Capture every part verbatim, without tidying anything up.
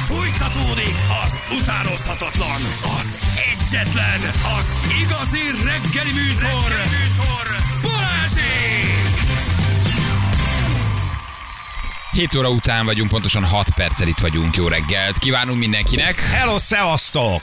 Fújtatódik az utánozhatatlan, az egyetlen, az igazi reggeli műsor, reggeli műsor. Balázsék! hét óra után vagyunk, pontosan hat perccel itt vagyunk. Jó reggelt kívánunk mindenkinek. Hello, szevasztok!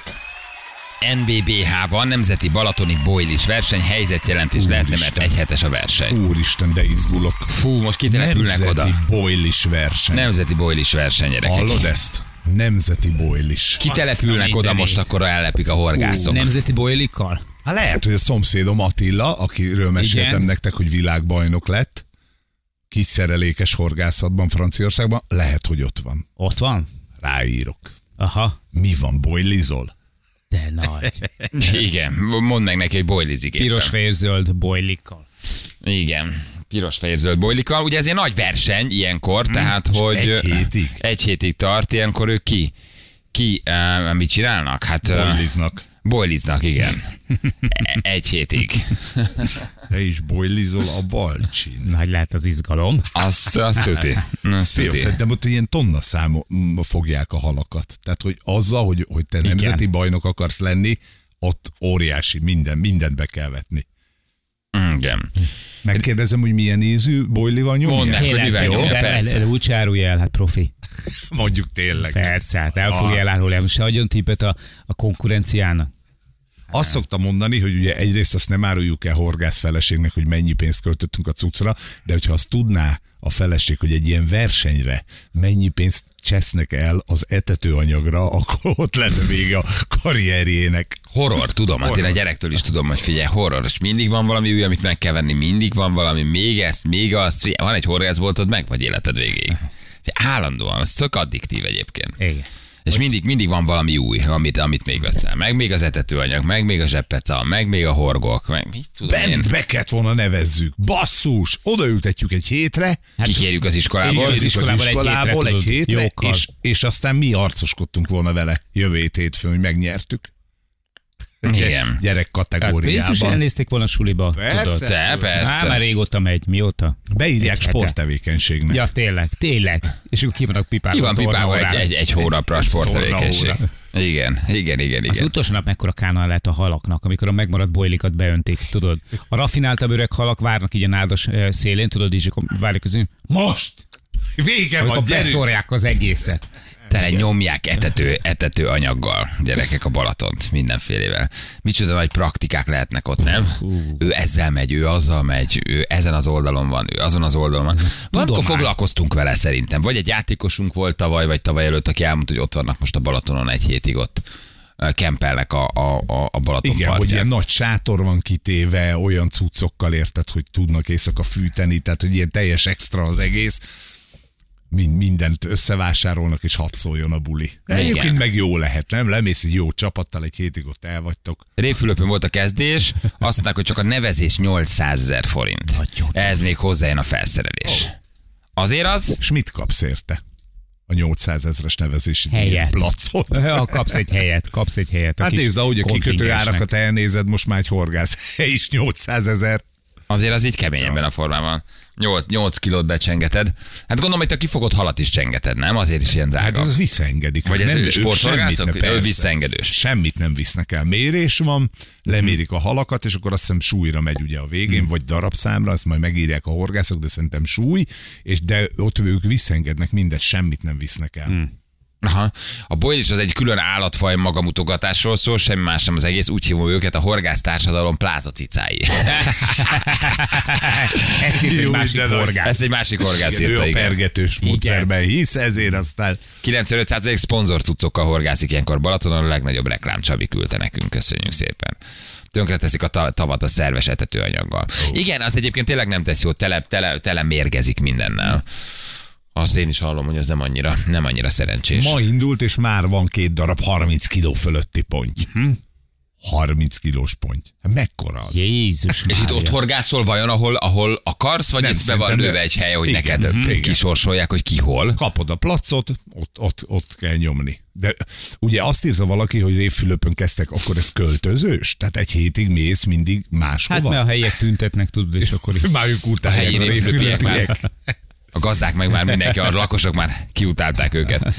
en bé bé há van, Nemzeti Balatoni Bojlis verseny, helyzetjelentés lehetne, mert egyhetes a verseny. Úristen, de izgulok. Fú, most kitelepülnek oda. Nemzeti bojlis verseny. Nemzeti Bojlis verseny, gyerekek. Hallod ezt? Nemzeti bojlis. Kitelepülnek oda most, akkor ellepik a horgászok. Uh, nemzeti bojlikkal? Hát lehet, hogy a szomszédom Attila, akiről meséltem Igen. nektek, hogy világbajnok lett, kis szerelékes horgászatban Franciaországban, lehet, hogy ott van. Ott van? Ráírok. Aha. Mi van, bojlizol? De nagy. Igen, mondd meg neki, hogy bojlizik éppen. Piros-fehér-zöld bojlikkal. Igen, piros-fehér-zöld bojlikkal. Ugye ez egy nagy verseny ilyenkor, tehát hogy... Egy hétig? Egy hétig tart, ilyenkor ők ki? Ki, uh, mit csinálnak? Hát... Uh, Bojliznak. Bojliznak, igen. Egy hétig. Te is bojlizol a balcsin. Nagy lehet az izgalom. Azt, azt tuti. Azt Fél, tuti. szerintem ott ilyen tonna számú fogják a halakat. Tehát, hogy azzal, hogy, hogy te nemzeti bajnok akarsz lenni, ott óriási, minden, mindent be kell vetni. Igen. Megkérdezem, hogy milyen ízű bojlival nyomják? Mondd meg, hogy Tényleg, mivel jó, nyomja, de persze. el- el- úgy árulja el, hát profi. Mondjuk tényleg. Persze, hát el Ah. fogja elárulni. Most se adjon tippet a, a konkurenciának. Azt szoktam mondani, hogy ugye egyrészt azt nem áruljuk el horgász feleségnek, hogy mennyi pénzt költöttünk a cuccra, de hogyha azt tudná a feleség, hogy egy ilyen versenyre mennyi pénzt csesznek el az etetőanyagra, akkor ott lenne vége a karrierjének. Horror, tudom, hát én a gyerektől is tudom, hogy figyelj, horror, és mindig van valami új, amit meg kell venni, mindig van valami, még ezt, még azt, figyelj, van egy horgászboltod, meg vagy életed végéig. Állandóan, ez tök addiktív egyébként. Igen. És mindig, mindig van valami új, amit, amit még veszel. Meg még az etetőanyag, meg még a zseppeca, meg még a horgok, meg mit tudom én. Bent be kellett volna nevezzük. Basszus! Odaültetjük egy hétre, Kikérjük az iskolából. igen, az iskolából az egy iskolából hétre, egy tudod, hétre, jókkal. és, és aztán mi arcoskodtunk volna vele jövő hétfőn, hogy megnyertük. Igen. Gyerek Hát biztos kategóriában. elnézték volna a suliba. Persze. Tudod. Te, Á, már persze. régóta megy. Mióta? Beírják Egy hete. sporttevékenységnek. Ja, tényleg, tényleg. És akkor ki vannak pipálva. Ki van pipálva egy, tornaórára. egy, egy hónapra a sporttevékenység. Tornaóra. Igen, igen, igen, Az igen. utolsó nap mekkora kánal lett a halaknak, amikor a megmaradt bojlikat beöntik, tudod. A rafináltabb öreg halak várnak így a nádas eh, szélén, tudod, és akkor várják közül. Most! Vége Amikor van, gyerünk! beszórják az egészet. Tele nyomják etető, etető anyaggal, gyerekek, a Balatont mindenfélevel. Micsoda nagy praktikák lehetnek ott, nem? Ő ezzel megy, ő azzal megy, ő ezen az oldalon van, ő azon az oldalon van. Valamikor már. foglalkoztunk vele szerintem. Vagy egy játékosunk volt tavaly, vagy tavaly előtt, aki elmondta, hogy ott vannak most a Balatonon egy hétig ott. ö, Kempelnek a, a, a a Balaton Igen, hogy partján. ilyen nagy sátor van kitéve, olyan cuccokkal érted, hogy tudnak éjszaka fűteni, tehát hogy ilyen teljes extra az egész. Mind, mindent összevásárolnak, és hadd szóljon a buli. De Igen. egyébként meg jó lehet, nem? Lemész egy jó csapattal, egy hétig ott el vagytok. Révfülöpön volt a kezdés, azt mondták, hogy csak a nevezés nyolcszázezer forint. Ez még hozzájön a felszerelés. Azért az... És mit kapsz érte? A nyolcszázezres nevezési Helyet. placot. Ha kapsz egy helyet, kapsz egy helyet. Hát kis nézd, ahogy a kikötő kontingensnek. árakat elnézed, most már egy horgász hely is nyolcszázezer. Azért az így kemény ebben a formában. nyolc kilót becsengeted. Hát gondolom, hogy te kifogott halat is csengeted, nem? Azért is ilyen drága. Hát az visszaengedik. Vagy ez Nem, ő ők sporthorgászok? semmit ne- Ő persze. visszaengedős. Semmit nem visznek el. Mérés van, lemérik a halakat, és akkor azt hiszem súlyra megy ugye a végén, Hmm. vagy darabszámra, azt majd megírják a horgászok, de szerintem súly, és de ott ők visszaengednek mindet, semmit nem visznek el. Hmm. Aha. A bojlis az egy külön állatfaj magamutogatásról szól, semmi más nem az egész, úgy hívom őket a horgásztársadalom plázacicái. Ezt írt egy Jó, másik de nagy. horgász. Ez egy másik horgász Igen, ő írta, a igen. pergetős módszerben hisz, ezért aztán kilencvenöt százalék szponzorcuccokkal horgászik ilyenkor Balatonon, a legnagyobb reklám Csabi küldte nekünk, köszönjük szépen. Tönkreteszik a ta- tavat a szerves etetőanyaggal. Oh. Igen, az egyébként tényleg nem tesz jót, tele, tele, tele mérgezik mindennel. Azt én is hallom, hogy ez nem annyira, nem annyira szerencsés. ma indult, és már van két darab harminc kiló fölötti ponty. Hm? harminc kilós ponty. Hát mekkora az? Jézus És itt Mária. ott horgászol vajon, ahol, ahol akarsz, vagy Nem, itt be van szerintem lőve ő- egy hely, hogy igen, neked mhm, igen. kisorsolják, hogy ki hol? Kapod a placot, ott, ott, ott kell nyomni. De ugye azt írta valaki, hogy Révfülöpön kezdtek, akkor ez költözős? Tehát egy hétig mész mindig máshova? Hát mert a helyiek tüntetnek, tudod, és akkor is. Már ők utálják helyi a révfülöpiek már. révfülöpiek. A gazdák meg már mindenki, a lakosok már kiutálták őket.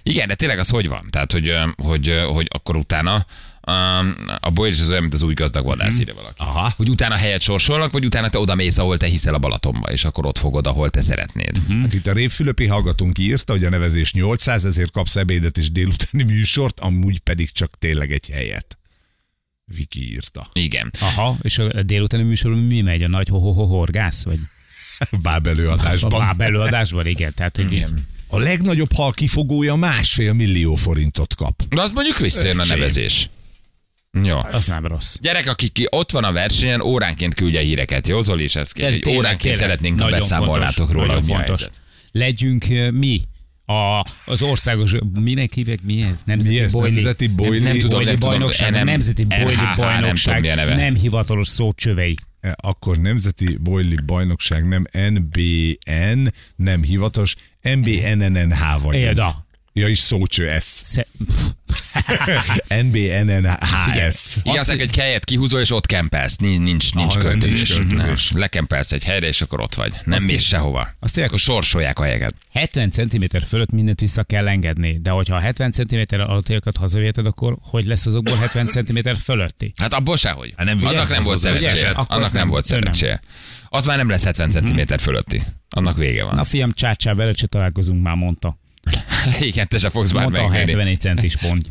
Igen, de tényleg az hogy van? Tehát, hogy, hogy, hogy akkor utána a bolylis az olyan, mint az új gazdag vadász, írja valaki. Aha. Hogy utána helyet sorsolnak, vagy utána te oda mész, ahol te hiszel a Balatonba, és akkor ott fogod, ahol te szeretnéd. Uh-huh. Hát itt a Révfülöpi hallgatónk írta, hogy a nevezés nyolcszáz, ezért kapsz ebédet és délutáni műsort, amúgy pedig csak tényleg egy helyet. Viki írta. Igen. Aha, és a délutáni műsorban mi megy? A nagy ho-ho-ho horgász? Vagy Báb a előadásban. báb előadásban? Igen, tehát hogy Igen. A legnagyobb hal kifogója másfél millió forintot kap. De az mondjuk visszajön a Öcsém. nevezés. Jó. az nem rossz. Gyerek, aki ki ott van a versenyen, óránként küldje a híreket, jó Zoli is ezt kér, hogy tényleg, óránként tényleg szeretnénk, ha nagyon beszámolnátok fontos, róla, nagyon hogy mi a fontos. helyzet. Legyünk uh, mi a, az országos, minek hívják, mi ez? Nemzeti Mi ez? bojli, Nemzeti bojli? Nem tudom, bojli nem tudom, bajnokság, nem- nemzeti en há bojli há, nem tudom, bajnokság, mi a neve. nem hivatalos szócsövei. E, Akkor Nemzeti Bojli Bajnokság, nem en bé en, nem hivatalos, en bé en en en há vagy. Élda. Ja, is szócső S. Sze- en bé en en há es. Igazság, egy helyet kihúzol, és ott kempelsz, nincs, nincs, nincs Aha, költözés. nincs költözés. Nem. Lekempelsz egy helyre, és akkor ott vagy. Nem mész sehova. azt tényleg, Akkor sorsolják a helyeket. hetven centiméter fölött mindent vissza kell engedni, de hogyha a hetven centiméter alattiakat hazavéted, akkor hogy lesz azokból hetven centiméter fölötti? Hát abból sehogy. Hát nem Annak vigyázz, nem az volt az az szerencséje. eset. Akkor Annak az nem nem- volt ő nem. szerencséje. Az már nem lesz hetven centiméter fölötti. Annak vége van. Na fiam, csácsá, veled se találkozunk, már mondta. Igen, te se fogsz már Mondta a megvenni. hetvenegy centis pont.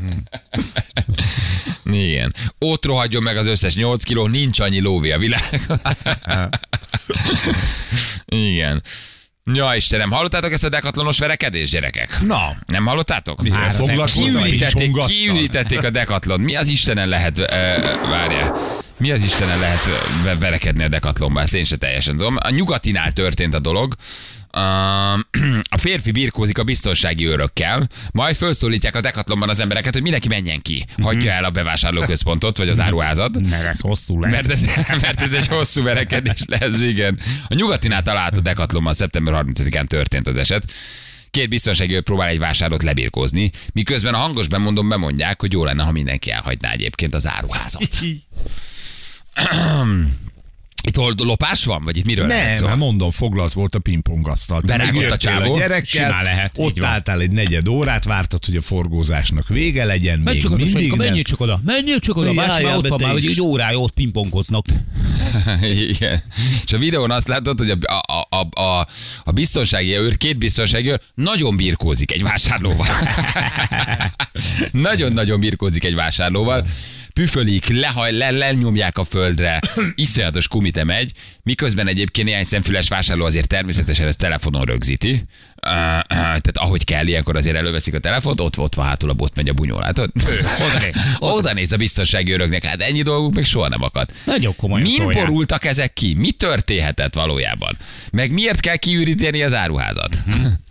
Igen. Ott rohadjon meg az összes nyolc kiló, nincs annyi lóvé a világon. Igen. Ja, Istenem, hallottátok ezt a dekatlonos verekedést, gyerekek? Na, Nem hallottátok? milyen Már foglalkozol a Kiürítették, hízsongasztal? kiürítették a dekatlon. Mi az Istenen lehet, uh, várjál, mi az Istenen lehet uh, verekedni a dekatlonba? Ezt én se teljesen tudom. A nyugatinál történt a dolog. Uh, a férfi birkózik a biztonsági őrökkel, majd felszólítják a dekatlonban az embereket, hogy mindenki menjen ki. Hagyja el a bevásárlóközpontot, vagy az áruházat. Mert ez hosszú lesz. Mert ez, mert ez egy hosszú verekedés lesz, igen. A nyugatinál található dekatlonban szeptember harmincadikán történt az eset. Két biztonsági őr próbál egy vásárlót lebirkózni, miközben a hangos bemondón bemondják, hogy jó lenne, ha mindenki elhagyná egyébként az áruházat. Itt hol lopás van? Vagy itt miről lehet Nem, szó? hát mondom, foglalt volt a pingpongasztal. Te Berágott a megjöttél csávó? a gyerekkel, Simán lehet, így ott van. álltál egy negyed órát, vártad, hogy a forgózásnak vége legyen, Menj még csak oda, mindig Sanyika, nem. menjél csak oda, menjél csak oda, Jaj, bácsi már jaj, ott van te már, hogy is. egy órája ott pingpongoznak. Igen. És a videón azt látod, hogy a, a, a, a, a biztonsági őr, két biztonsági őr nagyon birkózik egy vásárlóval. Nagyon-nagyon birkózik egy vásárlóval. Püfölik, lehaj, le, lenyomják a földre, iszonyatos kumite megy, miközben egyébként néhány szemfüles vásárló azért természetesen ezt telefonon rögzíti. Uh, uh, tehát ahogy kell, ilyenkor azért előveszik a telefont, ott, ott van hátul a bot, megy a bunyó, látod? Oda néz. Oda néz a biztonsági őröknek, hát ennyi dolguk még soha nem akad. Nagyon komolyan Min tolják. borultak ezek ki? Mi történhetett valójában? Meg miért kell kiüríteni az áruházat?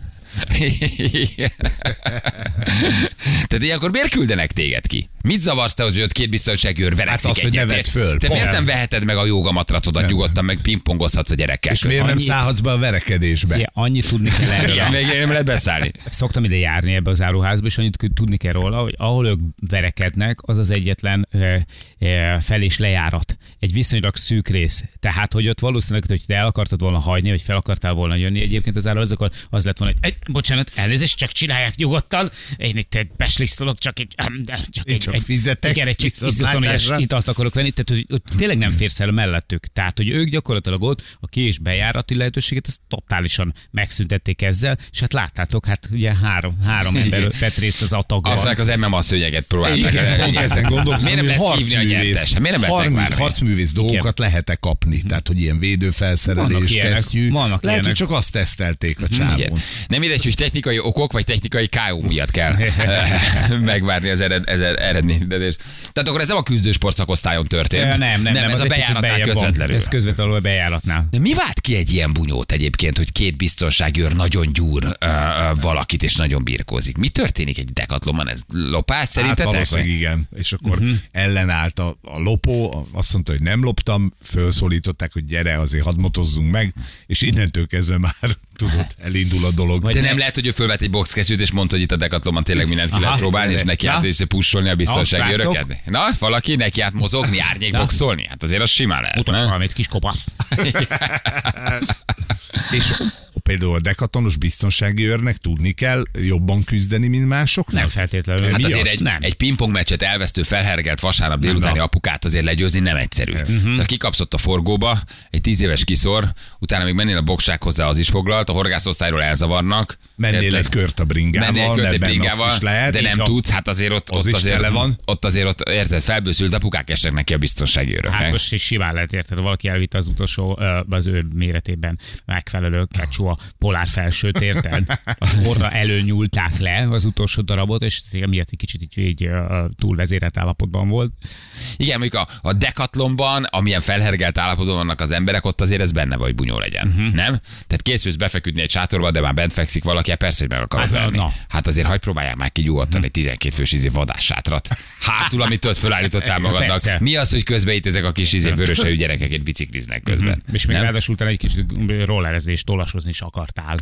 Tehát ilyenkor miért küldenek téged ki? Mit zavarsz te, hogy ott két biztonsági őr verekszik Hát az, hogy ne egyet? vedd föl, Te pont. miért nem veheted meg a jógamatracodat nyugodtan, meg pingpongozhatsz a gyerekkel? És miért nem Annyit- szállhatsz be a verekedésbe? Ja, annyit tudni kell erről. Igen, meg nem lehet beszállni. Szoktam ide járni ebbe az áruházba, és annyit tudni kell róla, hogy ahol ők verekednek, az az egyetlen ö, ö, fel- és lejárat. Egy viszonylag szűk rész. Tehát, hogy ott valószínűleg, hogy te el akartad volna hagyni, vagy fel akartál volna jönni egyébként az áruházba, akkor az lett volna, hogy egy, bocsánat, elnézést, csak csinálják nyugodtan. Én itt egy beslisztolok, csak egy... Csak Én egy, csak egy, fizetek igen, egy csak viszontlátásra. iszonyos italt akarok venni, tehát hogy, hogy tényleg nem férsz el mellettük. Tehát, hogy ők gyakorlatilag ott a ki- és bejárati lehetőséget ezt totálisan megszüntették ezzel, és hát láttátok, hát ugye három, három ember vett részt az atagban. Azt mondják, az em em á szőnyeget próbálták. Igen, pont ezen gondolkozom, Miért nem hogy lehet hívni a harcművész, nyertes? Miért nem lehet harmi- megvárni? harcművész dolgokat lehet-e kapni? Tehát, hogy ilyen Vannak védőfelszerelés, ilyenek, kesztyű. vannak Lehet, ilyenek. hogy csak azt tesztelték a Igen. csávón. Nem mindegy, hogy technikai okok, vagy technikai ká ó miatt kell megvárni az ered, ez eredményedést. Tehát akkor ez nem a küzdősport szakosztályon történt. Ja, nem, nem, nem, ez az a egy picit bejáratnál bejebb van. közvetlenül. Ez közvetlenül a bejáratnál. De mi vált ki egy ilyen bunyót egyébként, hogy két biztonságőr nagyon gyúr ö, ö, valakit, és nagyon birkózik? Mi történik egy dekatlonban? Ez lopás Hát szerintetek? valószínűleg Vagy? igen. És akkor uh-huh. ellenállt a, a lopó, azt mondta, hogy nem loptam, felszólították, hogy gyere, azért hadd motozzunk meg, és innentől kezdve már tudod, elindul a dolog. De nem lehet, hogy ő fölvett egy boxkesztyűt, és mondta, hogy itt a dekatlonban tényleg mindent ki Aha. lehet próbálni, és neki át és pusolni a biztonsági Na, srácok. őröket. Na, valaki neki át mozogni, árnyékboxolni? Hát azért az simán lehet. Mutasd ne? valamit, kis kopasz. És például a dekatonos biztonsági őrnek tudni kell jobban küzdeni, mint másoknak? Nem feltétlenül. Hát Mi azért a- egy, nem. egy pingpong meccset elvesztő, felhergelt vasárnap délutáni Na. apukát azért legyőzni nem egyszerű. Uh-huh. Szóval kikapszott a forgóba, egy tíz éves kiszor, utána még mennél a bokság hozzá, az is foglalt, a horgászosztályról elzavarnak. Mennél Érted? egy kört a bringával, Mennél egy kört egy mert benne azt bringával, is lehet. de Így nem van. tudsz, hát azért ott, Az ott is azért, tele van. ott azért ott, érted, felbőszült apukák esnek neki a biztonsági őröknek. Hát most is simán lehet, érted, valaki elvitte az utolsó, ö, az ő méretében megfelelő kecsua polár felsőt, érted? Az orra elől nyúlták le az utolsó darabot, és miatt egy kicsit így, így ö, túlvezérelt állapotban volt. Igen, mondjuk a, a Decathlonban, amilyen felhergelt állapotban vannak az emberek, ott azért ez benne vagy, bunyó legyen. Uh-huh. Nem? Tehát készülsz befeküdni egy sátorba, de már bent fekszik valaki, hát persze, hogy meg akarod Hát, venni. na. Hát azért hagyj próbálják már ki nyugodtan egy tizenkét fős izé vadássátrat. Hátul, amit ott fölállítottál magadnak. Persze. Mi az, hogy közben itt ezek a kis izé vörösejű gyerekek itt bicikliznek közben? És még Nem? ráadásul utána egy kicsit rollerezni és tolasozni is akartál.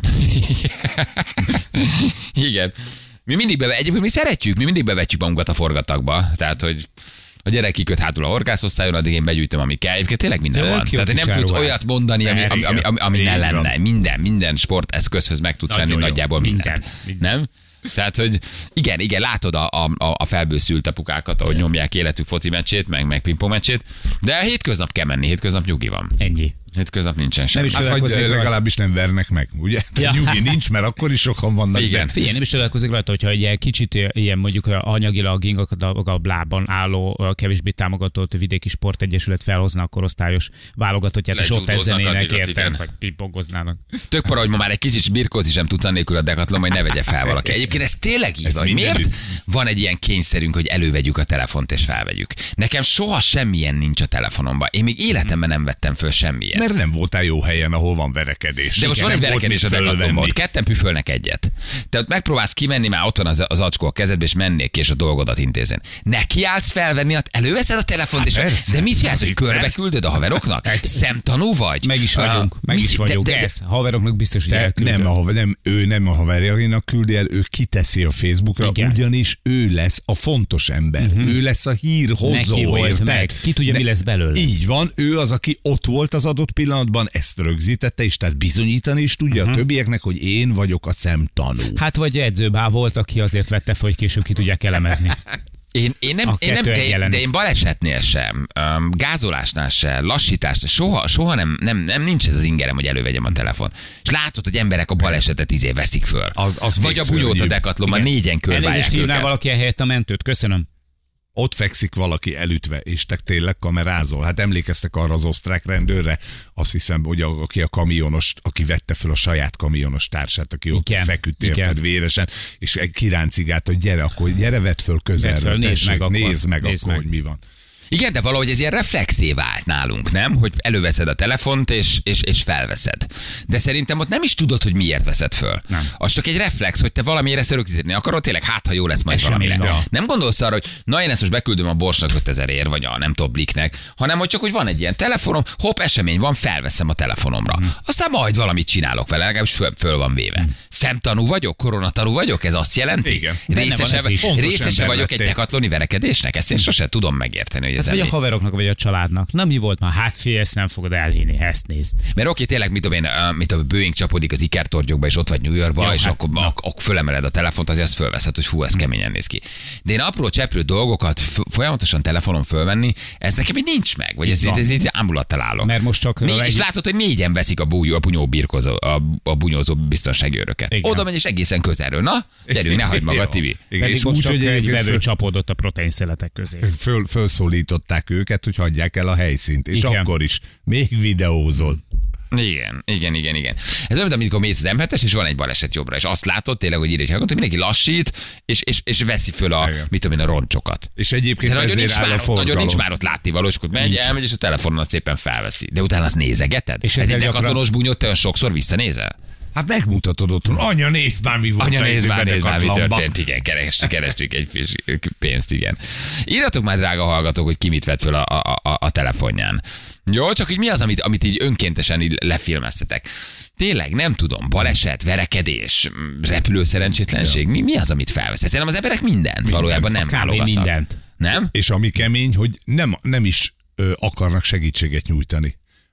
Igen. Mi mindig beve, egyébként mi szeretjük, mi mindig bevetjük magunkat a forgatagba. Tehát, hogy a gyerek kiköt hátul a horgászhosszályon, addig én begyűjtöm, ami kell. Egyébként tényleg minden Tök van. jó Tehát kis nem tudsz áruház. olyat mondani, ami, ami, Persze. ami, ami, ami ne Így van. lenne. Minden, minden sporteszközhöz meg tudsz Nagyon venni jó. nagyjából mindent. Minden, minden. Nem? Tehát, hogy igen, igen, látod a, a, a felbőszült apukákat, ahogy nyomják életük foci meccsét, meg, meg pingpong meccsét, de a hétköznap kell menni, hétköznap nyugi van. Ennyi. Hétköznap nincsen semmi. is Hát, Csodálkozik vagy rajta. legalábbis nem vernek meg, ugye? Ja. Nyugi nincs, mert akkor is sokan vannak. Igen. de- Figyelj, nem is csodálkozik rajta, hogyha egy kicsit ilyen mondjuk anyagilag ingakablában álló, kevésbé támogatott vidéki sportegyesület felhozna a korosztályos válogatottját, és ott Lecsúszóznak edzenének, addigot, érted, igen. vagy pipogoznának. Tök para, hogy ma már egy kicsit birkózni sem tudsz annélkül a Decathlon, hogy ne vegye fel valaki. Egyébként ez tényleg így Ez van. mindenütt. Miért van egy ilyen kényszerünk, hogy elővegyük a telefont és felvegyük? Nekem soha semmilyen nincs a telefonomban. Én még életemben nem vettem föl semmilyen. Mert nem voltál jó helyen, ahol van verekedés. De most van Nem egy volt verekedés a mit Decathlonban, fölvenni. ott ketten püfölnek egyet. Te ott megpróbálsz kimenni, már ott van az, az acskó a kezedbe, és mennék ki, és a dolgodat intézni. Neki állsz felvenni, a- előveszed a telefont, Hát és persze. de mit csinálsz, hogy Vicces. körbe küldöd a haveroknak? Szemtanú vagy? Meg is vagyunk, Ah, meg mit- is de- vagyunk. de- de- Ez, haveroknak biztos, hogy De elküldöm. nem, a, haver- nem, ő nem a haverjainak küldi el, ő kiteszi a Facebookra, Igen. ugyanis ő lesz a fontos ember. Uh-huh. Ő lesz a hírhozó, Neki volt érted? meg. Ki tudja, mi lesz belőle. Így van, ő az, aki ott volt az adott pillanatban, ezt rögzítette, és tehát bizonyítani is tudja uh-huh. a többieknek, hogy én vagyok a szemtanú. Hát vagy edzőbá volt, aki azért vette fel, hogy később ki tudják elemezni. Én, én nem, A én nem kettő de, jelenik. de én balesetnél sem, um, gázolásnál sem, lassításnál, soha, soha nem, nem, nem nincs ez az ingerem, hogy elővegyem a telefon. És látod, hogy emberek a balesetet izé veszik föl. Az- az Vagy még a bunyót a szörnyűbb. Decathlonban négyen körbálják Elnézést hívnál őket. valaki helyett a mentőt, köszönöm. Ott fekszik valaki elütve, és te tényleg kamerázol. Hát emlékeztek arra az osztrák rendőrre, azt hiszem, hogy a, aki a kamionos, aki vette föl a saját kamionos társát, aki ott Igen, feküdt igen. érted véresen, és kiráncigált, hogy gyere, akkor gyere, vedd föl közelről, Vedd föl, nézd tessék, meg akkor, nézd meg nézd akkor, meg. hogy mi van. Igen, de valahogy ez ilyen reflexé vált nálunk, nem? Hogy előveszed a telefont, és, és, és felveszed. De szerintem ott nem is tudod, hogy miért veszed föl. Nem. Az csak egy reflex, hogy te valamire rögzíteni akarod, tényleg hát, ha jó lesz majd Esemény valamire. van. Nem gondolsz arra, hogy na én ezt most beküldöm a Borsnak ötezer ér, vagy a nem tudom, Bliknek, hanem hogy csak, hogy van egy ilyen telefonom, hopp, esemény van, felveszem a telefonomra. Mm. Aztán majd valamit csinálok vele, legalábbis föl, föl van véve. Mm. Szemtanú vagyok, koronatanú vagyok, ez azt jelenti? Igen. Benne Részese, van ez is. vagy- Fontos részese ember vagyok egy lettél. decathloni verekedésnek? Ezt én sose tudom megérteni, hogy ez Hát vagy a mi. haveroknak, vagy a családnak. Na mi volt ma? Hát figyelj, ezt nem fogod elhinni, ezt nézd. Mert oké, tényleg, mit tudom én, uh, mit a Boeing csapódik az ikertorgyokba, és ott vagy New Yorkba, Jó, és hát, akkor, na. ak- akkor fölemeled a telefont, azért azt fölveszed, hogy fú, ez keményen néz ki. De én apró cseprő dolgokat f- folyamatosan telefonon fölvenni, ez nekem így nincs meg, vagy ez, van. ez, ez, ez ámulattal állok. Mert most csak... Né- és egy- látod, hogy négyen veszik a, bújó, a bunyó birkozó, a, a bunyózó biztonsági őröket. Igen. Oda megy, és egészen közelről. Na, gyerünk, ne hagyd magad, Jó. Tibi. Igen, Pedig és most úgy, csak hogy egy egyébként vevő föl, csapódott a proteinszeletek közé. föl, fölszólították őket, hogy hagyják el a helyszínt, és Igen. akkor is még videózol. Igen, igen, igen, igen. Ez olyan, mint amikor mész az em hetes, és van egy baleset jobbra, és azt látod tényleg, hogy írja egy hallgató, hogy mindenki lassít, és, és, és veszi föl a, Igen. mit tudom én, a roncsokat. És egyébként De nagyon ezért nincs, áll a már, forgalom. nagyon nincs már ott látni valós, hogy megy, elmegy, és a telefonon azt szépen felveszi. De utána azt nézegeted? És És ez ezzel egy gyakran- dekatlonos bunyót, te olyan sokszor visszanézel? Hát megmutatod otthon. Anya, nézd már, mi volt. Anya, a nézd már, izében, nézd már, mi Decathlonban. történt. Igen, keressük, keressük egy kis pénzt, igen. Írjatok már, drága hallgatók, hogy ki mit vett föl a, a, a, a telefonján. Jó, csak így mi az, amit, amit így önkéntesen így lefilmeztetek? Tényleg, nem tudom, baleset, verekedés, repülőszerencsétlenség, mi, mi az, amit felvesz? Szerintem az emberek mindent valójában nem Kb. válogatnak. mindent. Nem? És ami kemény, hogy nem, nem is ö, akarnak segítséget nyújtani.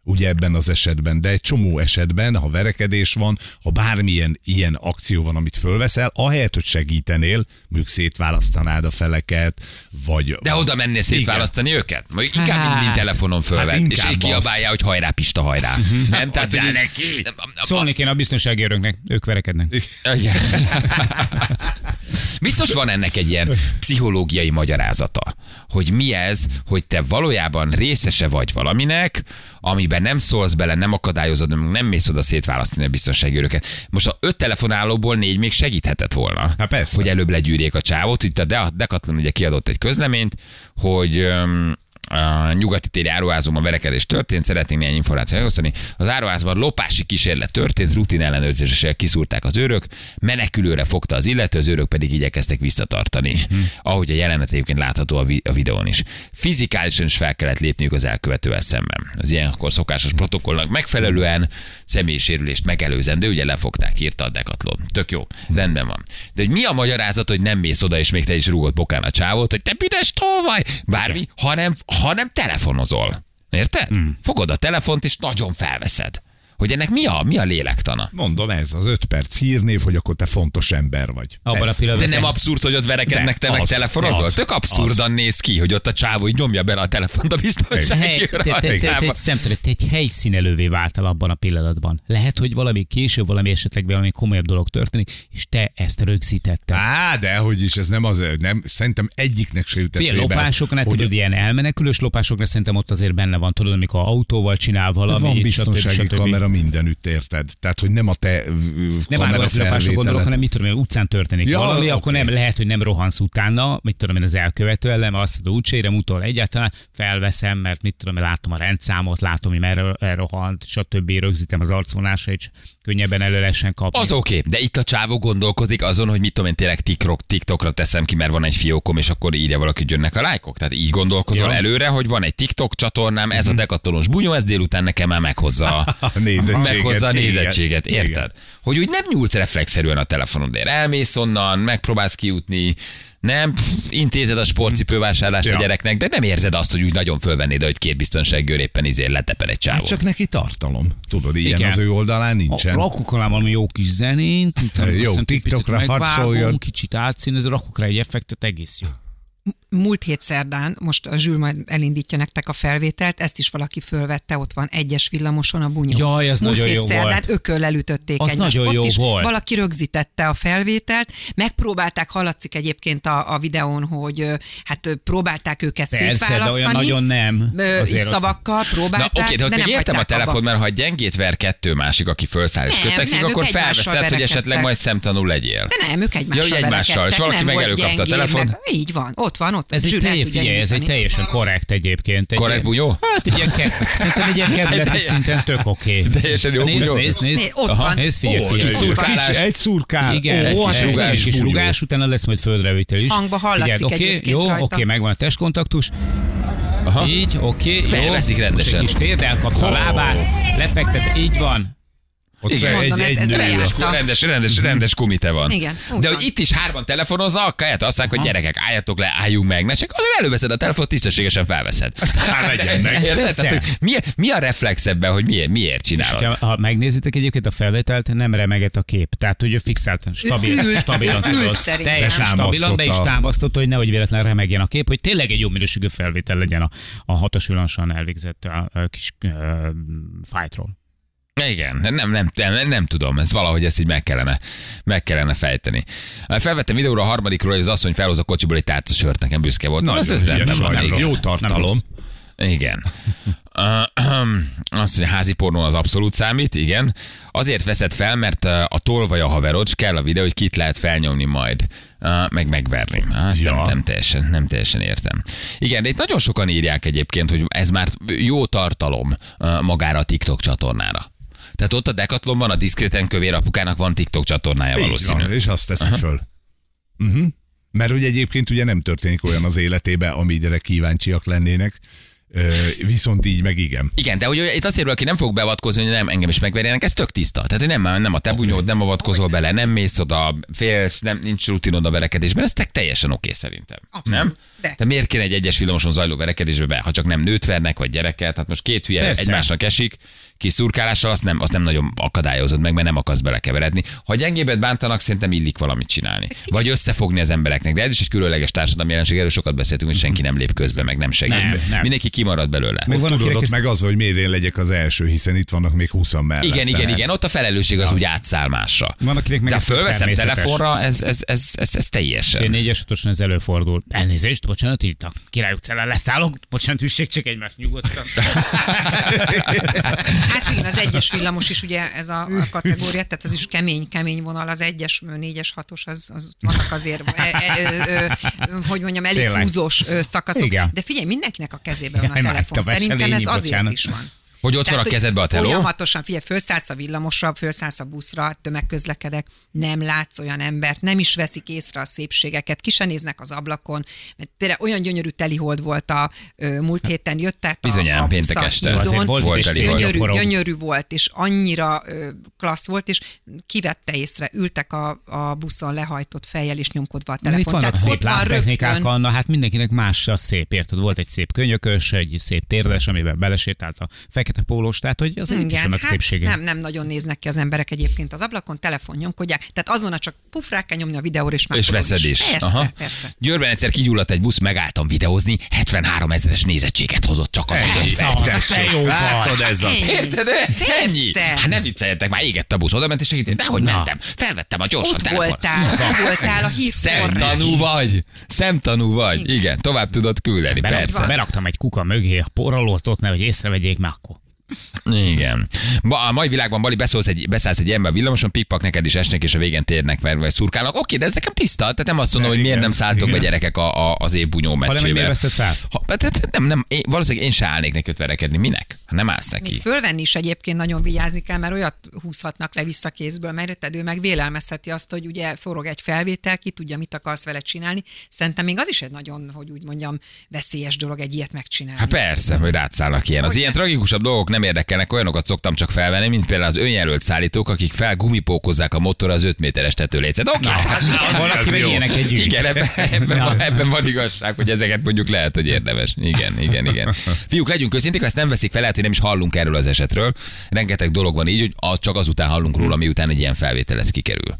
ugye ebben az esetben, de egy csomó esetben, ha verekedés van, ha bármilyen ilyen akció van, amit fölveszel, ahelyett, hogy segítenél, mondjuk szétválasztanád a feleket, vagy... De oda mennél szétválasztani igen. őket? Mondjuk inkább hát, mind, mind telefonon fölvett, hát és így kiabálja, hogy hajrá Pista, hajrá. Uh-huh. Nem, tehát neki. Szólni kéne a biztonsági őröknek, ők verekednek. Igen. Biztos van ennek egy ilyen pszichológiai magyarázata, hogy mi ez, hogy te valójában részese vagy valaminek, amiben nem szólsz bele, nem akadályozod, nem mész oda szétválasztani a biztonsági őröket. Most a öt telefonálóból négy még segíthetett volna, hát hogy előbb legyűrjék a csávót. Itt a Decathlon ugye kiadott egy közleményt, hogy um, a nyugati téri áruházban verekedés történt, szeretnénk néhány információt megosztani. Az áruházban lopási kísérlet történt, rutin ellenőrzéssel kiszúrták az őrök, menekülőre fogta az illető, az őrök pedig igyekeztek visszatartani. Hmm. Ahogy a jelenet egyébként látható a, vi- a videón is. Fizikálisan is fel kellett lépniük az elkövetővel szemben. Az ilyenkor szokásos protokollnak megfelelően személysérülést megelőzendő, ugye lefogták, írta a Decathlon. Tök jó, rendben van. De hogy mi a magyarázat, hogy nem mész oda, és még te is rúgod bokán a csávót, hogy te büdös tolvaj, bármi, hanem hanem telefonozol. Érted? Mm. Fogod a telefont, és nagyon felveszed. Hogy ennek mi a, mi a lélektana? Mondom, ez az öt perc hírnév, hogy akkor te fontos ember vagy. De nem abszurd, hogy ott verekednek, te meg telefonozol? Tök abszurdan az. Néz ki, hogy ott a csávó így nyomja bele a telefont a biztonsági őrre. Te egy helyszínelővé váltál abban a pillanatban. Lehet, hogy valami később, valami esetleg valami komolyabb dolog történik, és te ezt rögzítetted. Á, de hogy is, ez nem az, nem, szerintem egyiknek se jut eszébe. Lopásoknál, tudod, a... ilyen elmenekülős lopásoknál szerintem ott azért benne van, tudod, amikor autóval csinál valami. Van biztonsági kamera mindenütt, érted? Tehát, hogy nem a te nem áruházlopásra gondolok, hanem mit tudom én, utcán történik ja, valami, okay. Akkor nem lehet, hogy nem rohansz utána, mit tudom én, az elkövető ellen, azt mondod, útségre utol egyáltalán, felveszem, mert mit tudom én, látom a rendszámot, látom, hogy merre elrohant, stb. Rögzítem az arcvonásra, és könnyebben elő lehessen kapni. Az oké, okay. De itt a csávó gondolkozik azon, hogy mit tudom én, tényleg TikTok, TikTokra teszem ki, mert van egy fiókom, és akkor írja valaki, hogy jönnek a lájkok. Tehát így gondolkozol ja. előre, hogy van egy TikTok csatornám, ez a Decathlonos bunyó, ez délután nekem már meghozza a meghozza a nézettséget, érted? Igen. Hogy úgy nem nyúlsz reflexzerűen a telefonodért. Elmész onnan, megpróbálsz kijutni, nem pff, intézed a sportcipővásárlást ja. a gyereknek, de nem érzed azt, hogy úgy nagyon fölvennéd, hogy két biztonsági őr éppen izé letepel egy csávót. Hát csak neki tartalom. Tudod, ilyen igen. Az ő oldalán nincsen. Rakok alá valami jó kis zenét, jó, TikTokra harcoljon. Kicsit átszínező, rakok rá egy effektet, egész jó. Múlt hét szerdán, most a Zsül majd elindítja nektek a felvételt, ezt is valaki fölvette, ott van egyes villamoson a bunyó. Jaj, ez Múlt nagyon hét jó szerdán volt. ököllel ütötték az egymást. nagyon Ott jó is volt. Valaki rögzítette a felvételt, megpróbálták, hallatszik egyébként a, a videón, hogy hát próbálták őket persze, szétválasztani. De olyan nagyon nem. Így szavakkal próbálták, na, oké, de, de nem értem a telefon, mert ha gyengét ver kettő másik, aki felszáll és kötekszik, akkor felveszed, hogy esetleg majd szemtanú legyél. De nem, ők egymással ja, egymással, és valaki meg előkapta a telefont. Így van, ott van, ott. Ez egy teljesen korrekt egyébként. Egy korrekt bunyó? Hát egy ilyen, ke- szerintem egy ilyen kerületi szinten tök oké. Okay. Teljesen jó bunyó. Nézd, nézd, nézd. Ott Aha. van. Nézd, figyelj, figyelj. Szurkálás. Egy szurkál. Igen, egy kis rugás, kis rugás, utána lesz majd földrevétel is. Hangba hallatszik okay, egyébként jó, rajta. Oké, okay, megvan a testkontaktus. Aha. Így, oké, okay, jó. Felveszik rendesen. Most egy kis térd, elkapta a lábát, lefektet, így van. Igen, mondom, egy, ez, egy ez rendes, rendes, rendes, rendes kumite van. Igen, de van. hogy itt is hárman telefonoznak, akkor azt mondják, hogy gyerekek, álljatok le, álljunk meg. Ne csak azért előveszed a telefont, tisztességesen felveszed. Hát legyen meg. Érted? Tehát, hogy mi, mi a reflex ebben, hogy miért, miért csinálod? És ha megnézitek egyébként a felvételt, nem remeget a kép. Tehát, hogy ő fixáltan, stabil, ült, stabilan ült, tudod. Teljesen stabilan, de is támasztotta, hogy nehogy véletlenül remegjen a kép, hogy tényleg egy jó minőségű felvétel legyen a, a hatos villanyosan elvégzett a, a kis uh, fightról. Igen, nem, nem, nem, nem tudom, ez valahogy ezt így meg kellene, meg kellene fejteni. Felvettem videóra a harmadikról, hogy az asszony felhoz a kocsiból egy tárca sört, nekem büszke volt. Nagyon ez, ez rendben van. Nem jó tartalom. Igen. Azt mondja, házi pornó az abszolút számít, igen. Azért veszed fel, mert a tolvaj a haverod, és kell a videó, hogy kit lehet felnyomni majd, meg megverni. Azt ja. nem, nem, teljesen, nem teljesen értem. Igen, de itt nagyon sokan írják egyébként, hogy ez már jó tartalom magára a TikTok csatornára. Tehát ott a Decathlonban a diszkréten kövér apukának van TikTok csatornája valószínű. És azt teszi Aha. föl. Uh-huh. Mert ugye egyébként ugye nem történik olyan az életében, amire kíváncsiak lennének, viszont így meg igen. Igen, de hogy itt azt érül, aki nem fog beavatkozni, hogy nem engem is megverjenek, ez tök tiszta. Tehát nem, nem a te bunyód, nem avatkozol bele, nem mész oda, félsz, nem, nincs rutinod a verekedésben, ez teljesen oké szerintem. Abszolút. Nem? Tehát miért kéne egy egyes villamoson zajló verekedésbe be, ha csak nem nőt vernek, vagy gyereket, hát most két hülye Persze. egymásnak esik, kis szurkálással, azt nem, azt nem nagyon akadályozod meg, mert nem akarsz belekeveredni. Ha gyengébet bántanak, szerintem illik valamit csinálni. Vagy összefogni az embereknek. De ez is egy különleges társadalmi jelenség, erről sokat beszéltünk, hogy senki nem lép közbe, meg nem segít. Nem, nem. Mindenki kimarad belőle. Meg van, tudod, akinek ott ez- meg az, hogy miért én legyek az első, hiszen itt vannak még húszan mellett. Igen, igen, igen. Ott a felelősség az úgy átszáll másra. Van, akinek meg De ha ez tök fölveszem természetes. telefonra, ez, ez, ez, ez, ez teljesen. Fél négyes utosan ez előfordul. Elnézést, bocsánat, itt a Király utcán leszállok, bocsánat, üssék csak egymást nyugodtan. Hát igen, az egyes villamos is ugye ez a a kategória, tehát ez is kemény, kemény vonal, az egyes, négyes, hatos, az, az vannak azért, e, e, ö, ö, hogy mondjam, elég Tényleg. húzós ö, szakaszok. Igen. De figyelj, mindenkinek a kezében van a Jaj, már telefon. itt a Szerintem ez Veselényi, azért bocsánat. is van. Hogy ott van a hogy kezedbe a teló? Folyamatosan, figyelj, felszállsz a villamosra, felszállsz a buszra, tömegközlekedek, nem látsz olyan embert, nem is veszik észre a szépségeket, ki se néznek az ablakon, mert például olyan gyönyörű telihold volt a ö, múlt héten, jött át a, Bizonyám, a péntek busz a este. hídon, Azért volt Volt egy elég szép gyönyörű, gyakorog. gyönyörű volt, és annyira ö, klassz volt, és kivette észre, ültek a, a buszon lehajtott fejjel és nyomkodva a Na, itt telefon. vannak Tehát szép ott van lábtechnikák, rögtön. Anna, hát mindenkinek más a szép, érted? Volt egy szép könyökös, egy szép térdes, amiben belesétált a fekete pólós, tehát hogy azért itt is Igen, vannak hát szépségek. nem, nem nagyon néznek ki az emberek egyébként az ablakon, telefon nyomkodják, tehát azonnal csak puf, rá kell nyomni a videóra, és már És tudod veszed is. Persze, Aha. persze. Győrben egyszer kigyulladt egy busz, megálltam videózni, hetvenhárom ezeres nézettséget hozott csak az az öt Persze, perc. te jó vagy. Látod, ez az. Ennyi. Érted? Persze. Ennyi? Hát nem vicceljetek, már égett a busz, oda ment és segíteni. De hogy Na. mentem? Felvettem a gyorsan Ott telefon. voltál, ott voltál a hírforrás. Szemtanú vagy. Szemtanú vagy. Igen. Igen, tovább tudod küldeni, Beraktam, persze. beraktam egy kuka mögé a porralót ott, nehogy észrevegyék, már akkor. Igen. Ma, a mai világban, Bali, beszólsz egy, beszállsz egy ember a villamoson, pikpak neked is esnek, és a végén térnek, vagy, vagy szurkálnak. Oké, de ez nekem tiszta, tehát nem azt mondom, De hogy miért igen, nem szálltok be igen. gyerekek a, a, az évbunyó Hanem, hogy miért meccsével. veszed fel? Ha, tehát nem, nem, én, valószínűleg én se állnék neki öt verekedni. Minek? Ha nem állsz neki. Még fölvenni is egyébként nagyon vigyázni kell, mert olyat húzhatnak le vissza kézből, mert ő meg vélelmezheti azt, hogy ugye forog egy felvétel, ki tudja, mit akarsz vele csinálni. Szerintem még az is egy nagyon, hogy úgy mondjam, veszélyes dolog egy ilyet megcsinálni. Hát persze, hogy rátszállnak ilyen. Az Hogy ilyen ne? tragikusabb dolgok nem érdekelnek, olyanokat szoktam csak felvenni, mint például az önjelölt szállítók, akik fel gumipókozzák a motorra az öt méteres tetőlécet. Oké, okay. Valaki meg ilyeneket gyűjt. Igen, ebben, ebben, van, ebben van igazság, hogy ezeket mondjuk lehet, hogy érdemes. Igen, igen, igen. Fiúk, legyünk őszinték, ha ezt nem veszik fel, lehet, hogy nem is hallunk erről az esetről. Rengeteg dolog van így, hogy az csak azután hallunk róla, miután egy ilyen felvétel ez kikerül.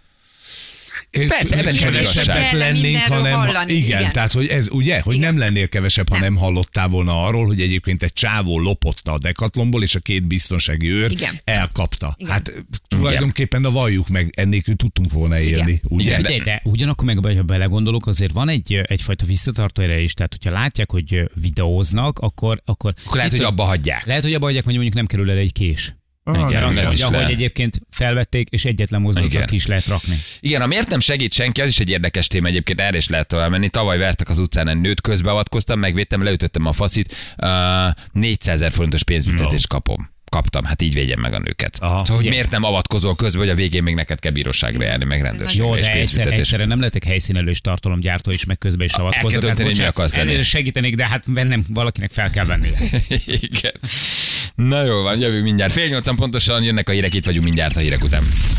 Persze, ebben sem kevesebbek igazság. lennénk, Mindenről hanem hallani, igen, igen. tehát hogy ez ugye, hogy Igen. nem lennél kevesebb, ha nem. nem hallottál volna arról, hogy egyébként egy csávó lopotta a Decathlonból, és a két biztonsági őr Igen. elkapta. Igen. Hát tulajdonképpen a valljuk meg, ennélkül tudtunk volna élni, Igen. ugye? Igen. Figyelj, de ugyanakkor meg, ha belegondolok, azért van egy, egyfajta visszatartó ereje is, tehát hogyha látják, hogy videóznak, akkor... Akkor, Akkor lehet, itt- hogy abba hagyják. Lehet, hogy abba hagyják, hogy mondjuk nem kerül el egy kés. Ah, Igen, nem, az, ez hogy is ahogy lehet. egyébként felvették, és egyetlen mozdulatot Igen. ki is lehet rakni. Igen, a miért nem segít senki, az is egy érdekes téma egyébként, erre is lehet tovább menni. Tavaly vertek az utcán egy nőt, közbeavatkoztam, megvédtem, leütöttem a faszit, uh, négyszázezer forintos pénzbüntetést kapom. Kaptam, hát így védjem meg a nőket. Aha. Szóval, hogy Ugye. miért nem avatkozol közben, hogy a végén még neked kell bíróságra járni, meg rendőrségre Jó, és de egyszer, pénzbüntetés. egyszerre nem lehetek helyszínelő és tartalomgyártó is, meg közben is El kell avatkozok. dönteni, hogy mi bocsánat, akarsz lenni. elnézést, segítenék, de hát nem, valakinek fel kell vennie. Igen. Na jó van, jövünk mindjárt. Fél nyolcan pontosan jönnek a hírek, itt vagyunk mindjárt a hírek után.